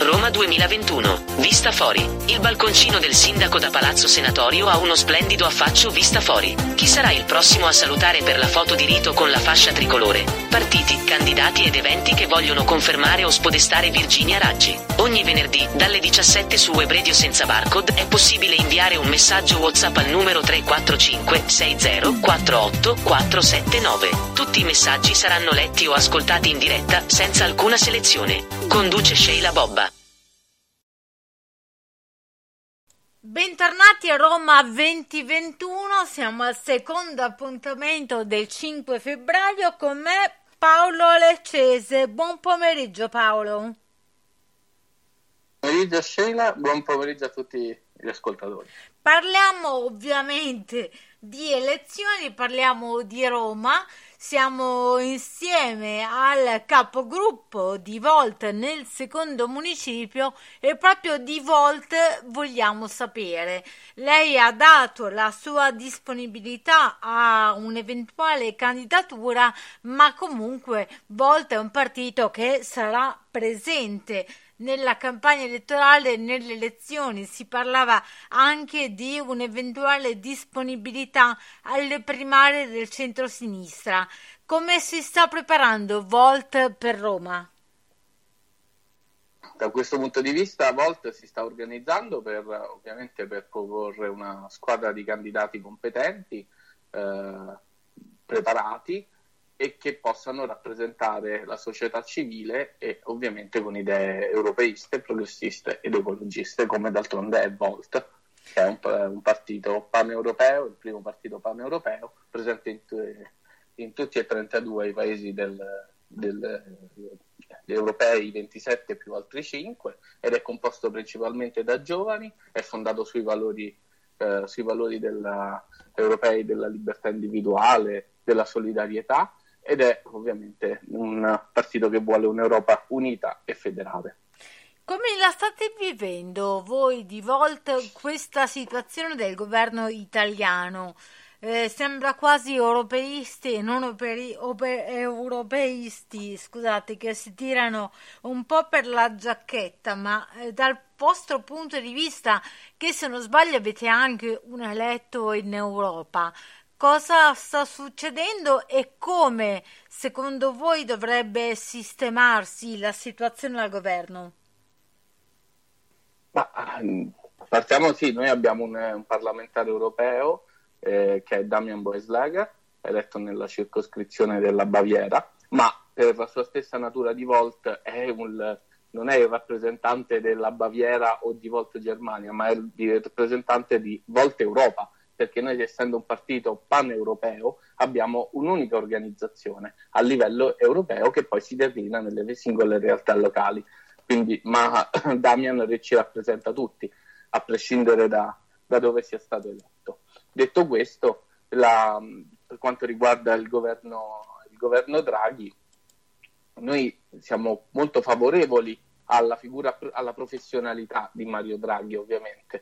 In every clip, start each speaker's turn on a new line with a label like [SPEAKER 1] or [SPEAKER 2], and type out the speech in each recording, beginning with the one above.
[SPEAKER 1] Roma 2021. Vista fuori. Il balconcino del sindaco da Palazzo Senatorio ha uno splendido affaccio vista fuori. Chi sarà il prossimo a salutare per la foto di rito con la fascia tricolore? Partiti, candidati ed eventi che vogliono confermare o spodestare Virginia Raggi. Ogni venerdì, dalle 17 su Web Radio senza barcode, è possibile inviare un messaggio WhatsApp al numero 345 6048 479. Tutti i messaggi saranno letti o ascoltati in diretta, senza alcuna selezione. Conduce Sheila Bobba.
[SPEAKER 2] Bentornati a Roma 2021, siamo al secondo appuntamento del 5 febbraio con me Paolo Leccese. Buon pomeriggio Paolo.
[SPEAKER 3] Buon pomeriggio Sheila, buon pomeriggio a tutti gli ascoltatori.
[SPEAKER 2] Parliamo ovviamente di elezioni, parliamo di Roma. Siamo insieme al capogruppo di Volt nel secondo municipio e proprio di Volt vogliamo sapere. Lei ha dato la sua disponibilità a un'eventuale candidatura, ma comunque Volt è un partito che sarà presente nella campagna elettorale, nelle elezioni. Si parlava anche di un'eventuale disponibilità alle primarie del centro-sinistra. Come si sta preparando Volt per Roma?
[SPEAKER 3] Da questo punto di vista Volt si sta organizzando ovviamente per proporre una squadra di candidati competenti, preparati e che possano rappresentare la società civile e ovviamente con idee europeiste, progressiste ed ecologiste, come d'altronde è Volt, che è un partito paneuropeo, il primo partito paneuropeo presente in tutti e 32 i paesi europei, 27 più altri 5, ed è composto principalmente da giovani, è fondato sui valori europei della libertà individuale, della solidarietà, ed è ovviamente un partito che vuole un'Europa unita e federale.
[SPEAKER 2] Come la state vivendo voi di Volt questa situazione del governo italiano? Sembra quasi europeisti e non europeisti, scusate, che si tirano un po' per la giacchetta, ma dal vostro punto di vista, che se non sbaglio avete anche un eletto in Europa, cosa sta succedendo e come secondo voi dovrebbe sistemarsi la situazione al governo?
[SPEAKER 3] Partiamo, noi abbiamo un parlamentare europeo che è Damian Boeslager, eletto nella circoscrizione della Baviera, ma per la sua stessa natura di Volt non è il rappresentante della Baviera o di Volt Germania, ma è il rappresentante di Volt Europa, perché noi, essendo un partito paneuropeo, abbiamo un'unica organizzazione a livello europeo che poi si declina nelle singole realtà locali. Quindi, ma Damian ci rappresenta tutti, a prescindere da dove sia stato eletto. Detto questo, per quanto riguarda il governo Draghi, noi siamo molto favorevoli alla professionalità di Mario Draghi, ovviamente.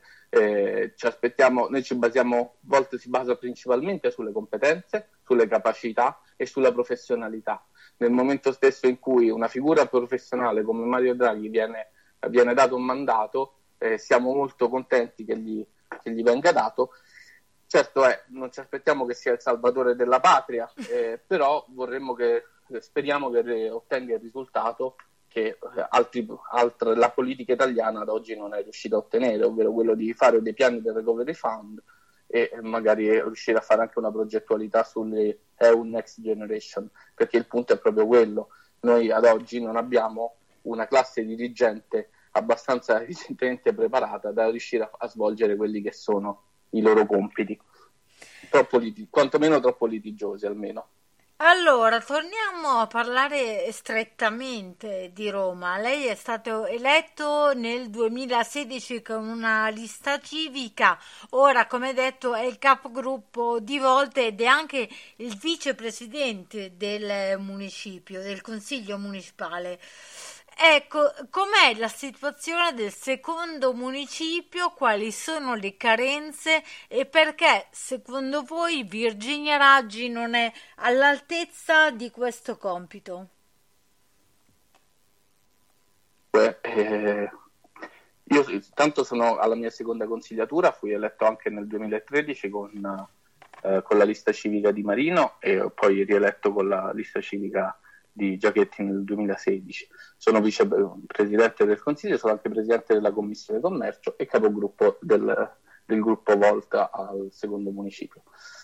[SPEAKER 3] Volt si basa principalmente sulle competenze, sulle capacità e sulla professionalità. Nel momento stesso in cui una figura professionale come Mario Draghi viene dato un mandato, siamo molto contenti che gli venga dato. Certo non ci aspettiamo che sia il salvatore della patria, però speriamo che ottenga il risultato che la politica italiana ad oggi non è riuscita a ottenere, ovvero quello di fare dei piani del Recovery Fund e magari riuscire a fare anche una progettualità sulle EU Next Generation, perché il punto è proprio quello. Noi ad oggi non abbiamo una classe dirigente abbastanza recentemente preparata da riuscire a svolgere quelli che sono i loro compiti, quantomeno troppo litigiosi almeno.
[SPEAKER 2] Allora, torniamo a parlare strettamente di Roma. Lei è stato eletto nel 2016 con una lista civica, ora come detto è il capogruppo di Volt ed è anche il vicepresidente del municipio, del consiglio municipale. Ecco, com'è la situazione del secondo municipio? Quali sono le carenze e perché secondo voi Virginia Raggi non è all'altezza di questo compito?
[SPEAKER 3] Dunque, io tanto sono alla mia seconda consigliatura, fui eletto anche nel 2013 con la lista civica di Marino e poi rieletto con la lista civica di Giachetti nel 2016. Sono vicepresidente del Consiglio, sono anche presidente della Commissione Commercio e capogruppo del gruppo Volta al secondo municipio.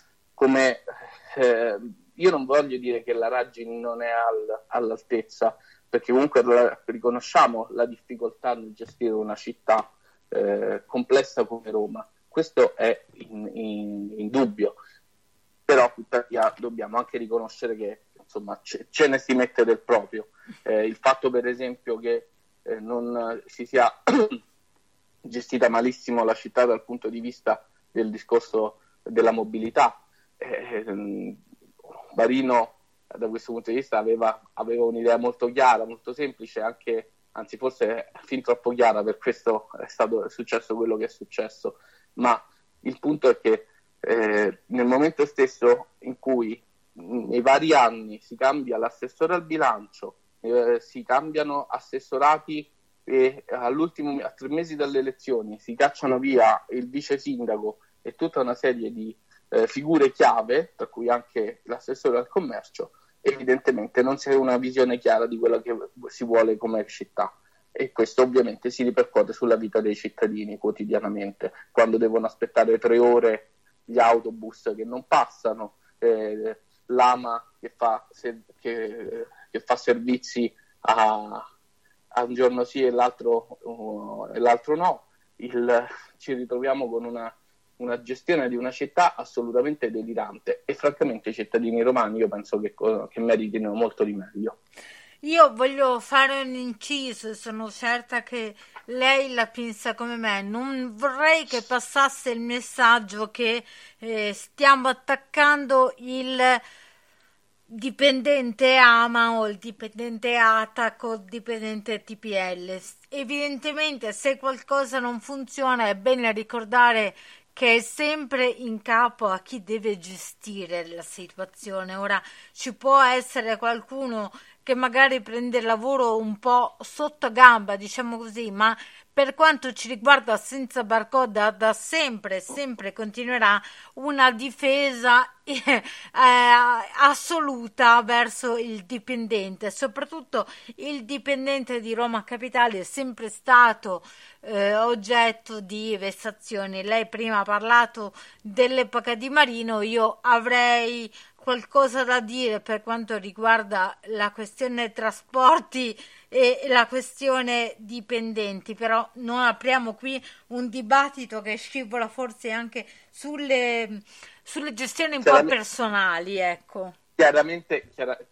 [SPEAKER 3] Io non voglio dire che la Raggi non è all'altezza, perché comunque riconosciamo la difficoltà nel gestire una città complessa come Roma. Questo è in dubbio, però tuttavia dobbiamo anche riconoscere che insomma ce ne si mette del proprio. Il fatto per esempio che non si sia gestita malissimo la città dal punto di vista del discorso della mobilità. Marino da questo punto di vista aveva un'idea molto chiara, molto semplice, anzi forse fin troppo chiara, per questo è successo quello che è successo. Ma il punto è che nel momento stesso in cui nei vari anni si cambia l'assessore al bilancio, si cambiano assessorati e a 3 mesi dalle elezioni si cacciano via il vice sindaco e tutta una serie di figure chiave, tra cui anche l'assessore al commercio, evidentemente non si ha una visione chiara di quello che si vuole come città, e questo ovviamente si ripercuote sulla vita dei cittadini quotidianamente, quando devono aspettare 3 ore gli autobus che non passano, l'AMA che fa servizi a un giorno sì e l'altro no. Ci ritroviamo con una gestione di una città assolutamente delirante, e francamente i cittadini romani io penso che meritino molto di meglio.
[SPEAKER 2] Io voglio fare un inciso, sono certa che lei la pensa come me. Non vorrei che passasse il messaggio che stiamo attaccando il dipendente AMA o il dipendente ATAC o il dipendente TPL. Evidentemente, se qualcosa non funziona, è bene ricordare che è sempre in capo a chi deve gestire la situazione. Ora ci può essere qualcuno che magari prende il lavoro un po' sotto gamba, diciamo così, ma per quanto ci riguarda senza barcode da sempre continuerà una difesa assoluta verso il dipendente. Soprattutto il dipendente di Roma Capitale è sempre stato oggetto di vessazioni. Lei prima ha parlato dell'epoca di Marino, io avrei qualcosa da dire per quanto riguarda la questione trasporti e la questione dipendenti, però non apriamo qui un dibattito che scivola forse anche sulle gestioni un po' personali, ecco.
[SPEAKER 3] Chiaramente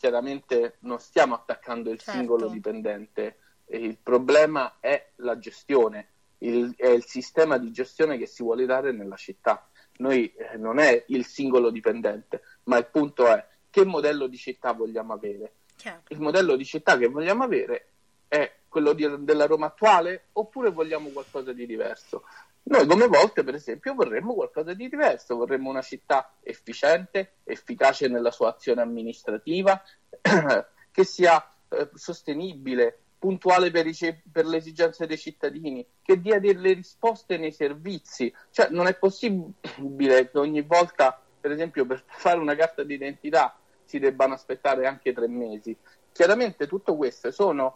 [SPEAKER 3] non stiamo attaccando il singolo dipendente, il problema è la gestione, è il sistema di gestione che si vuole dare nella città. Noi non è il singolo dipendente, ma il punto è che modello di città vogliamo avere.
[SPEAKER 2] Certo.
[SPEAKER 3] Il modello di città che vogliamo avere è quello della Roma attuale, oppure vogliamo qualcosa di diverso? Noi come Volte, per esempio, vorremmo qualcosa di diverso, vorremmo una città efficiente, efficace nella sua azione amministrativa, che sia sostenibile, puntuale per le esigenze dei cittadini, che dia delle risposte nei servizi. Cioè non è possibile che ogni volta, per esempio, per fare una carta d'identità si debbano aspettare anche 3 mesi. Chiaramente tutto questo sono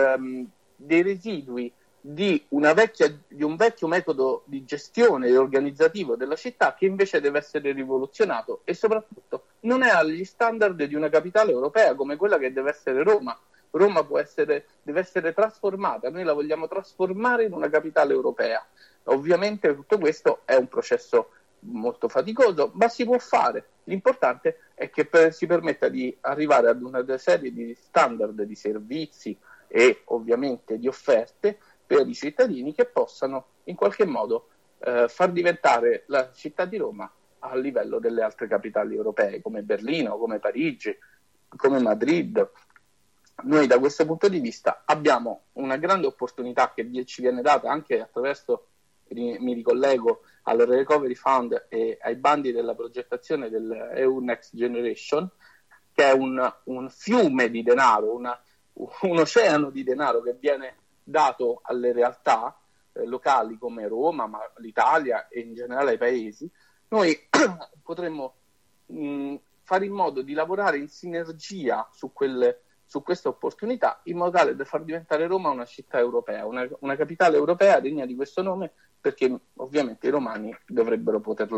[SPEAKER 3] dei residui di un vecchio metodo di gestione e organizzativo della città, che invece deve essere rivoluzionato, e soprattutto non è agli standard di una capitale europea come quella che deve essere Roma. Roma deve essere trasformata, noi la vogliamo trasformare in una capitale europea. Ovviamente tutto questo è un processo molto faticoso, ma si può fare. L'importante è che si permetta di arrivare ad una serie di standard di servizi e ovviamente di offerte per i cittadini, che possano in qualche modo far diventare la città di Roma a livello delle altre capitali europee, come Berlino, come Parigi, come Madrid. Noi da questo punto di vista abbiamo una grande opportunità che ci viene data anche attraverso, mi ricollego al Recovery Fund e ai bandi della progettazione del EU Next Generation, che è un fiume di denaro, un oceano di denaro che viene dato alle realtà locali come Roma, ma l'Italia e in generale ai paesi, noi potremmo fare in modo di lavorare in sinergia su queste opportunità, in modo tale da far diventare Roma una città europea, una capitale europea degna di questo nome, perché ovviamente i romani dovrebbero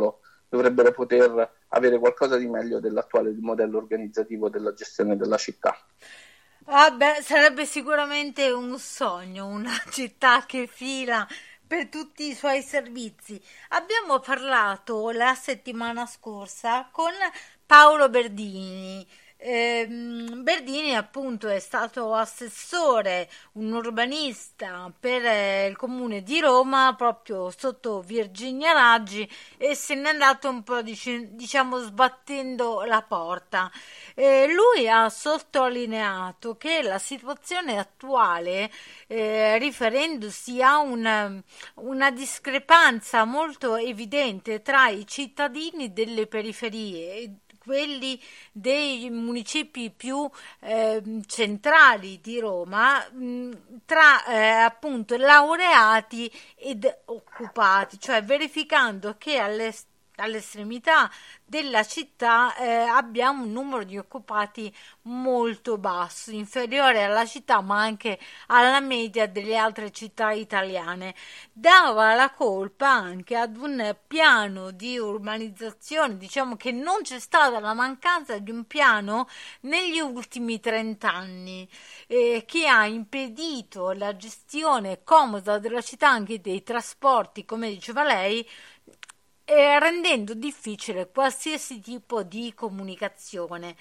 [SPEAKER 3] poter avere qualcosa di meglio dell'attuale modello organizzativo della gestione della città.
[SPEAKER 2] Vabbè, sarebbe sicuramente un sogno, una città che fila per tutti i suoi servizi. Abbiamo parlato la settimana scorsa con Paolo Berdini. Berdini appunto è stato assessore, un urbanista per il comune di Roma proprio sotto Virginia Raggi, e se n'è andato un po' diciamo sbattendo la porta. Lui ha sottolineato che la situazione attuale, riferendosi a una discrepanza molto evidente tra i cittadini delle periferie e quelli dei municipi più centrali di Roma, tra appunto laureati ed occupati, cioè verificando che all'estremità della città abbiamo un numero di occupati molto basso, inferiore alla città ma anche alla media delle altre città italiane. Dava la colpa anche ad un piano di urbanizzazione, diciamo che non c'è stata la mancanza di un piano negli ultimi 30 anni, che ha impedito la gestione comoda della città, anche dei trasporti, come diceva lei, rendendo difficile qualsiasi tipo di comunicazione.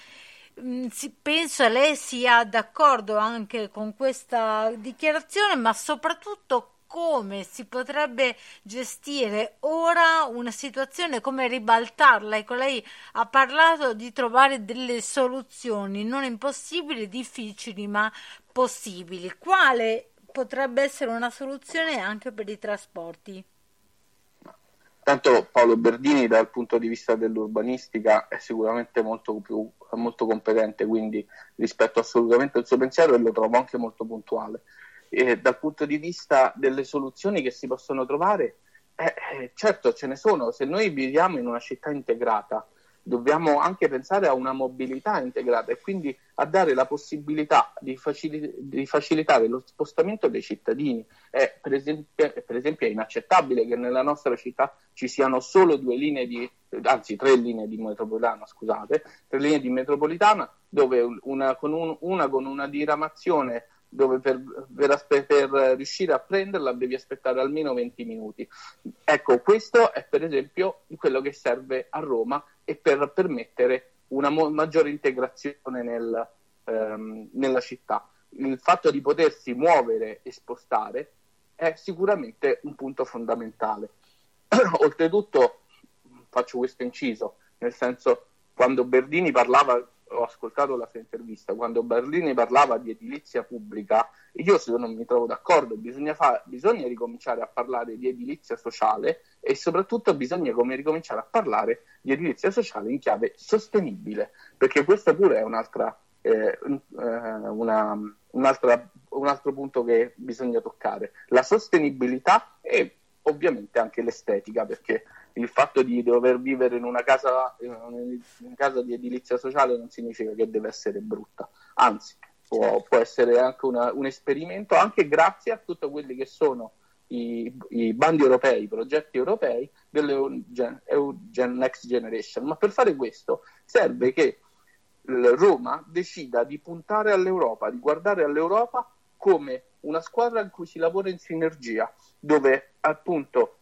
[SPEAKER 2] Penso lei sia d'accordo anche con questa dichiarazione, ma soprattutto come si potrebbe gestire ora una situazione, come ribaltarla. Ecco, lei ha parlato di trovare delle soluzioni non impossibili, difficili, ma possibili. Quale potrebbe essere una soluzione anche per i trasporti?
[SPEAKER 3] Tanto Paolo Berdini dal punto di vista dell'urbanistica è sicuramente molto competente, quindi rispetto assolutamente al suo pensiero, e lo trovo anche molto puntuale. E dal punto di vista delle soluzioni che si possono trovare, certo ce ne sono. Se noi viviamo in una città integrata, dobbiamo anche pensare a una mobilità integrata e quindi a dare la possibilità di facilitare lo spostamento dei cittadini. Per esempio è inaccettabile che nella nostra città ci siano solo 3 linee di metropolitana, 3 linee di metropolitana, dove una con una diramazione, dove per riuscire a prenderla devi aspettare almeno 20 minuti. Ecco, questo è per esempio quello che serve a Roma, e per permettere una maggiore integrazione nella città. Il fatto di potersi muovere e spostare è sicuramente un punto fondamentale. Oltretutto, faccio questo inciso, nel senso, quando Berdini parlava, ho ascoltato la sua intervista, quando Berdini parlava di edilizia pubblica, io non mi trovo d'accordo. Bisogna ricominciare a parlare di edilizia sociale, e soprattutto bisogna ricominciare a parlare di edilizia sociale in chiave sostenibile, perché questo pure è un altro punto che bisogna toccare: la sostenibilità e ovviamente anche l'estetica, perché il fatto di dover vivere in una casa di edilizia sociale non significa che deve essere brutta, anzi può essere anche un esperimento, anche grazie a tutti quelli che sono i bandi europei, i progetti europei Next Generation. Ma per fare questo serve che Roma decida di puntare all'Europa, di guardare all'Europa come una squadra in cui si lavora in sinergia, dove appunto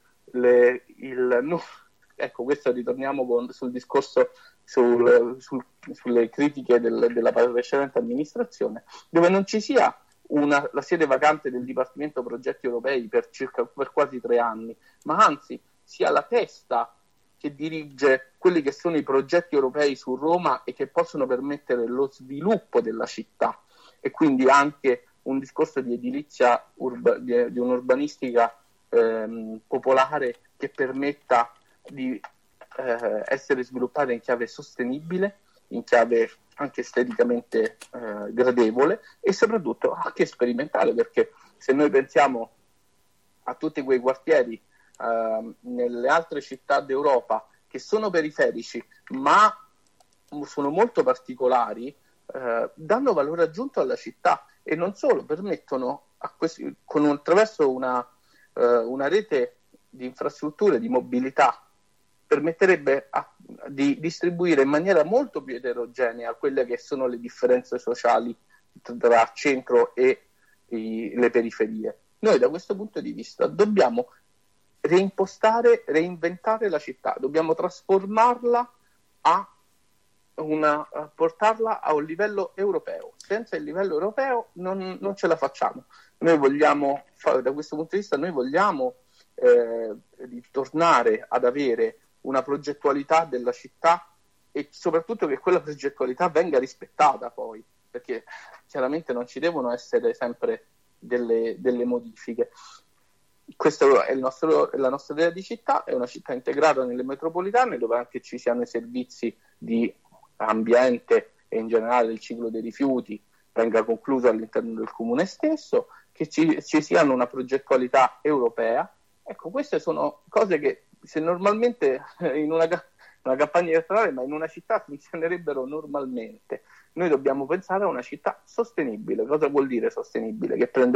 [SPEAKER 3] ecco, questo ritorniamo sul discorso sulle critiche della precedente amministrazione, dove non ci sia la sede vacante del Dipartimento Progetti Europei per quasi 3 anni, ma anzi sia la testa che dirige quelli che sono i progetti europei su Roma e che possono permettere lo sviluppo della città, e quindi anche un discorso di edilizia, di un'urbanistica popolare che permetta di essere sviluppata in chiave sostenibile, in chiave anche esteticamente gradevole e soprattutto anche sperimentale, perché se noi pensiamo a tutti quei quartieri nelle altre città d'Europa che sono periferici ma sono molto particolari, danno valore aggiunto alla città e non solo, permettono attraverso una rete di infrastrutture, di mobilità, permetterebbe di distribuire in maniera molto più eterogenea quelle che sono le differenze sociali tra centro e le periferie. Noi da questo punto di vista dobbiamo reinventare la città, dobbiamo trasformarla portarla a un livello europeo. Senza il livello europeo non ce la facciamo. Noi vogliamo, da questo punto di vista, tornare ad avere una progettualità della città e soprattutto che quella progettualità venga rispettata poi, perché chiaramente non ci devono essere sempre delle modifiche. Questa è la nostra idea di città, è una città integrata nelle metropolitane dove anche ci siano i servizi di ambiente e in generale il ciclo dei rifiuti venga concluso all'interno del comune stesso, che ci siano una progettualità europea. Ecco, queste sono cose che se normalmente in una campagna elettorale, ma in una città funzionerebbero normalmente. Noi dobbiamo pensare a una città sostenibile. Cosa vuol dire sostenibile? Che prende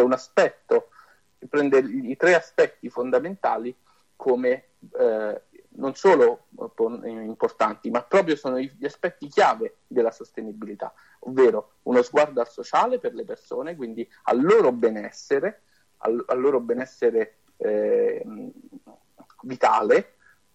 [SPEAKER 3] i 3 aspetti fondamentali come non solo importanti, ma proprio sono gli aspetti chiave della sostenibilità, ovvero uno sguardo al sociale per le persone, quindi al loro benessere, vitale,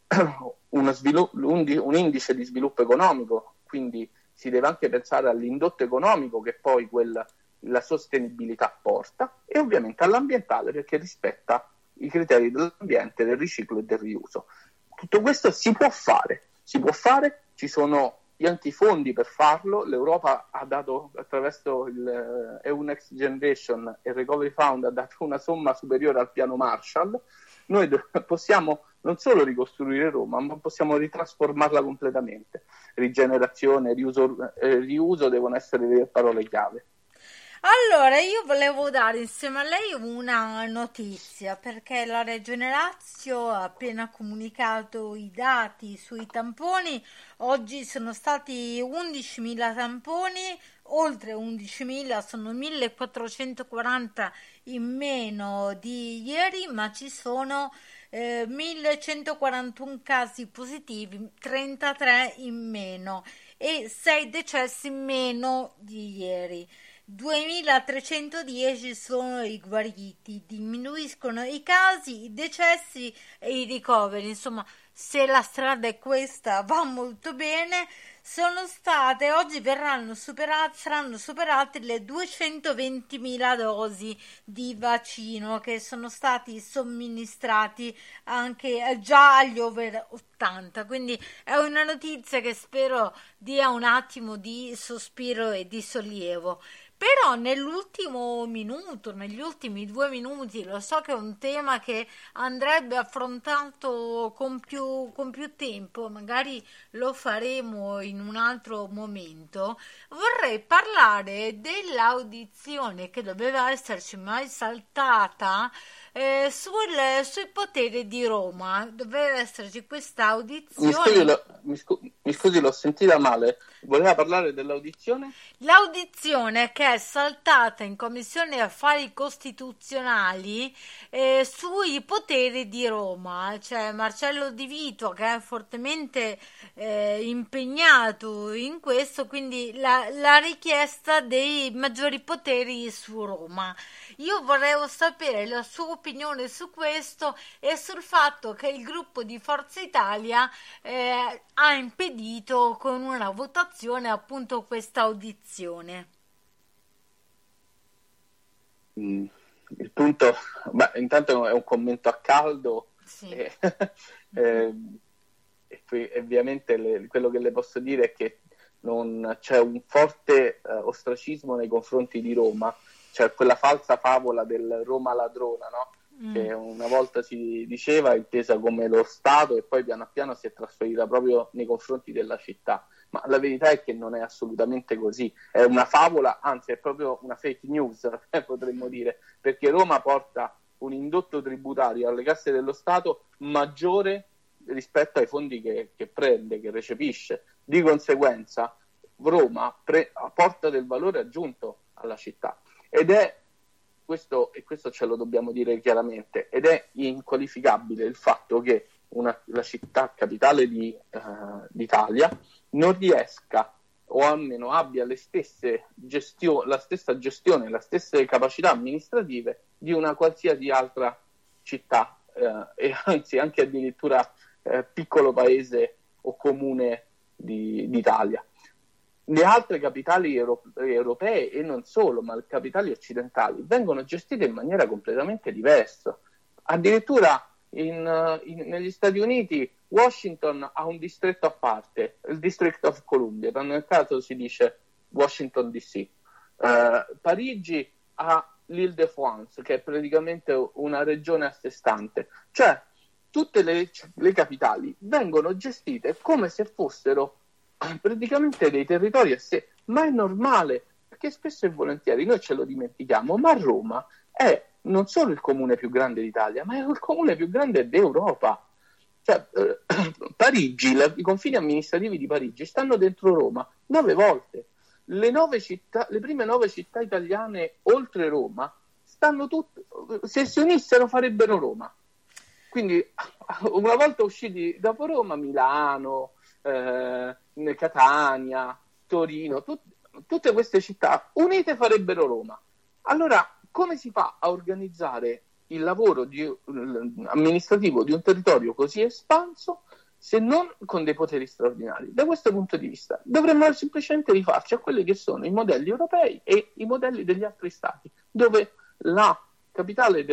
[SPEAKER 3] un indice di sviluppo economico, quindi si deve anche pensare all'indotto economico che poi la sostenibilità porta, e ovviamente all'ambientale perché rispetta i criteri dell'ambiente, del riciclo e del riuso. Tutto questo si può fare, ci sono gli antifondi per farlo. L'Europa ha dato, attraverso il EU Next Generation e il Recovery Fund, ha dato una somma superiore al piano Marshall. Noi possiamo non solo ricostruire Roma, ma possiamo ritrasformarla completamente. Rigenerazione, riuso devono essere le parole chiave.
[SPEAKER 2] Allora, io volevo dare insieme a lei una notizia, perché la Regione Lazio ha appena comunicato i dati sui tamponi. Oggi sono stati 11.000 tamponi, oltre 11.000, sono 1.440 in meno di ieri, ma ci sono 1.141 casi positivi, 33 in meno e 6 decessi in meno di ieri. 2.310 sono i guariti, diminuiscono i casi, i decessi e i ricoveri. Insomma, se la strada è questa, va molto bene. Oggi saranno superate le 220.000 dosi di vaccino che sono stati somministrati anche già agli over 80, quindi è una notizia che spero dia un attimo di sospiro e di sollievo. Però negli ultimi 2 minuti, lo so che è un tema che andrebbe affrontato con più tempo, magari lo faremo in un altro momento. Vorrei parlare dell'audizione che doveva esserci mai saltata sui poteri di Roma. Doveva esserci questa audizione.
[SPEAKER 3] Mi scusi, l'ho sentita male. Voleva parlare dell'audizione?
[SPEAKER 2] L'audizione che è saltata in Commissione Affari Costituzionali sui poteri di Roma. C'è Marcello Di Vito che è fortemente impegnato in questo, quindi la richiesta dei maggiori poteri su Roma. Io vorrei sapere la sua opinione su questo e sul fatto che il gruppo di Forza Italia ha impedito con una votazione appunto questa audizione.
[SPEAKER 3] Il punto, intanto è un commento a caldo.
[SPEAKER 2] Sì.
[SPEAKER 3] E ovviamente quello che le posso dire è che non c'è un forte ostracismo nei confronti di Roma. C'è quella falsa favola del Roma ladrona, no? Che una volta si diceva intesa come lo Stato e poi piano piano si è trasferita proprio nei confronti della città. ma la verità è che non è assolutamente così, è una favola, anzi è proprio una fake news, potremmo dire, perché Roma porta un indotto tributario alle casse dello Stato maggiore rispetto ai fondi che prende, che recepisce. Di conseguenza Roma porta del valore aggiunto alla città, ed è questo ce lo dobbiamo dire chiaramente, ed è inqualificabile il fatto che la città capitale d'Italia non riesca, o almeno abbia la stessa gestione, le stesse capacità amministrative di una qualsiasi altra città, e anzi anche addirittura piccolo paese o comune d'Italia. Le altre capitali europee, e non solo, ma le capitali occidentali, vengono gestite in maniera completamente diversa. Addirittura negli Stati Uniti Washington ha un distretto a parte, il District of Columbia, nel caso si dice Washington DC. Parigi ha l'Île-de-France, che è praticamente una regione a sé stante. Cioè, tutte le capitali vengono gestite come se fossero praticamente dei territori a sé, ma è normale, perché spesso e volentieri noi ce lo dimentichiamo, ma Roma è non solo il comune più grande d'Italia, ma è il comune più grande d'Europa. Cioè, Parigi, i confini amministrativi di Parigi stanno dentro Roma 9 volte. Le prime 9 città italiane oltre Roma stanno tutte, se si unissero farebbero Roma. Quindi una volta usciti dopo Roma, Milano, Catania, Torino, tutte queste città unite farebbero Roma. Allora, come si fa a organizzare il lavoro amministrativo di un territorio così espanso se non con dei poteri straordinari? Da questo punto di vista dovremmo semplicemente rifarci a quelli che sono i modelli europei e i modelli degli altri stati, dove la capitale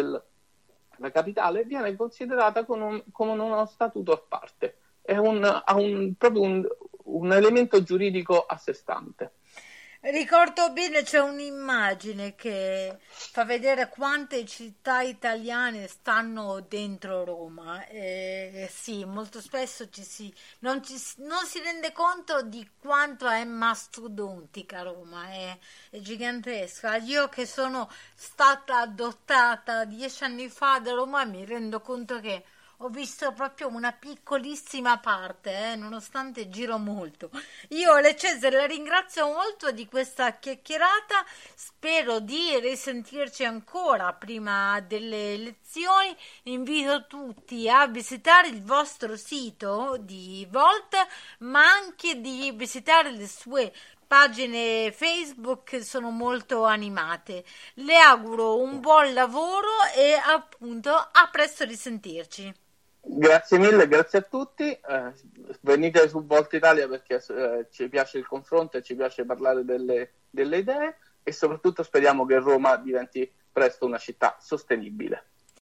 [SPEAKER 3] viene considerata come uno statuto a parte, ha proprio un elemento giuridico a sé stante.
[SPEAKER 2] Ricordo bene, c'è un'immagine che fa vedere quante città italiane stanno dentro Roma. Sì, molto spesso non si rende conto di quanto è mastodontica Roma, è gigantesca. Io che sono stata adottata 10 anni fa da Roma mi rendo conto che ho visto proprio una piccolissima parte, nonostante giro molto. Io, Le Cesare, la ringrazio molto di questa chiacchierata, spero di risentirci ancora prima delle elezioni. Invito tutti a visitare il vostro sito di Volt, ma anche di visitare le sue pagine Facebook, che sono molto animate. Le auguro un buon lavoro e appunto a presto risentirci.
[SPEAKER 3] Grazie mille, grazie a tutti, venite su Volta Italia perché ci piace il confronto e ci piace parlare delle idee, e soprattutto speriamo che Roma diventi presto una città sostenibile.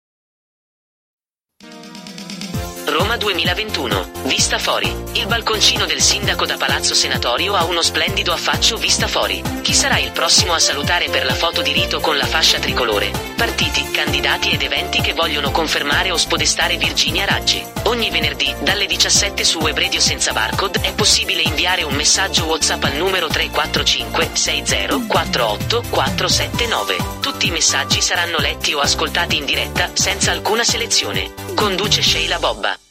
[SPEAKER 1] Roma 2021. Vista fuori. Il balconcino del sindaco da Palazzo Senatorio ha uno splendido affaccio vista fuori. Chi sarà il prossimo a salutare per la foto di rito con la fascia tricolore? Partiti, candidati ed eventi che vogliono confermare o spodestare Virginia Raggi. Ogni venerdì, dalle 17 su Web Radio senza barcode, è possibile inviare un messaggio WhatsApp al numero 345 60 48 479. Tutti i messaggi saranno letti o ascoltati in diretta, senza alcuna selezione. Conduce Sheila Bobba.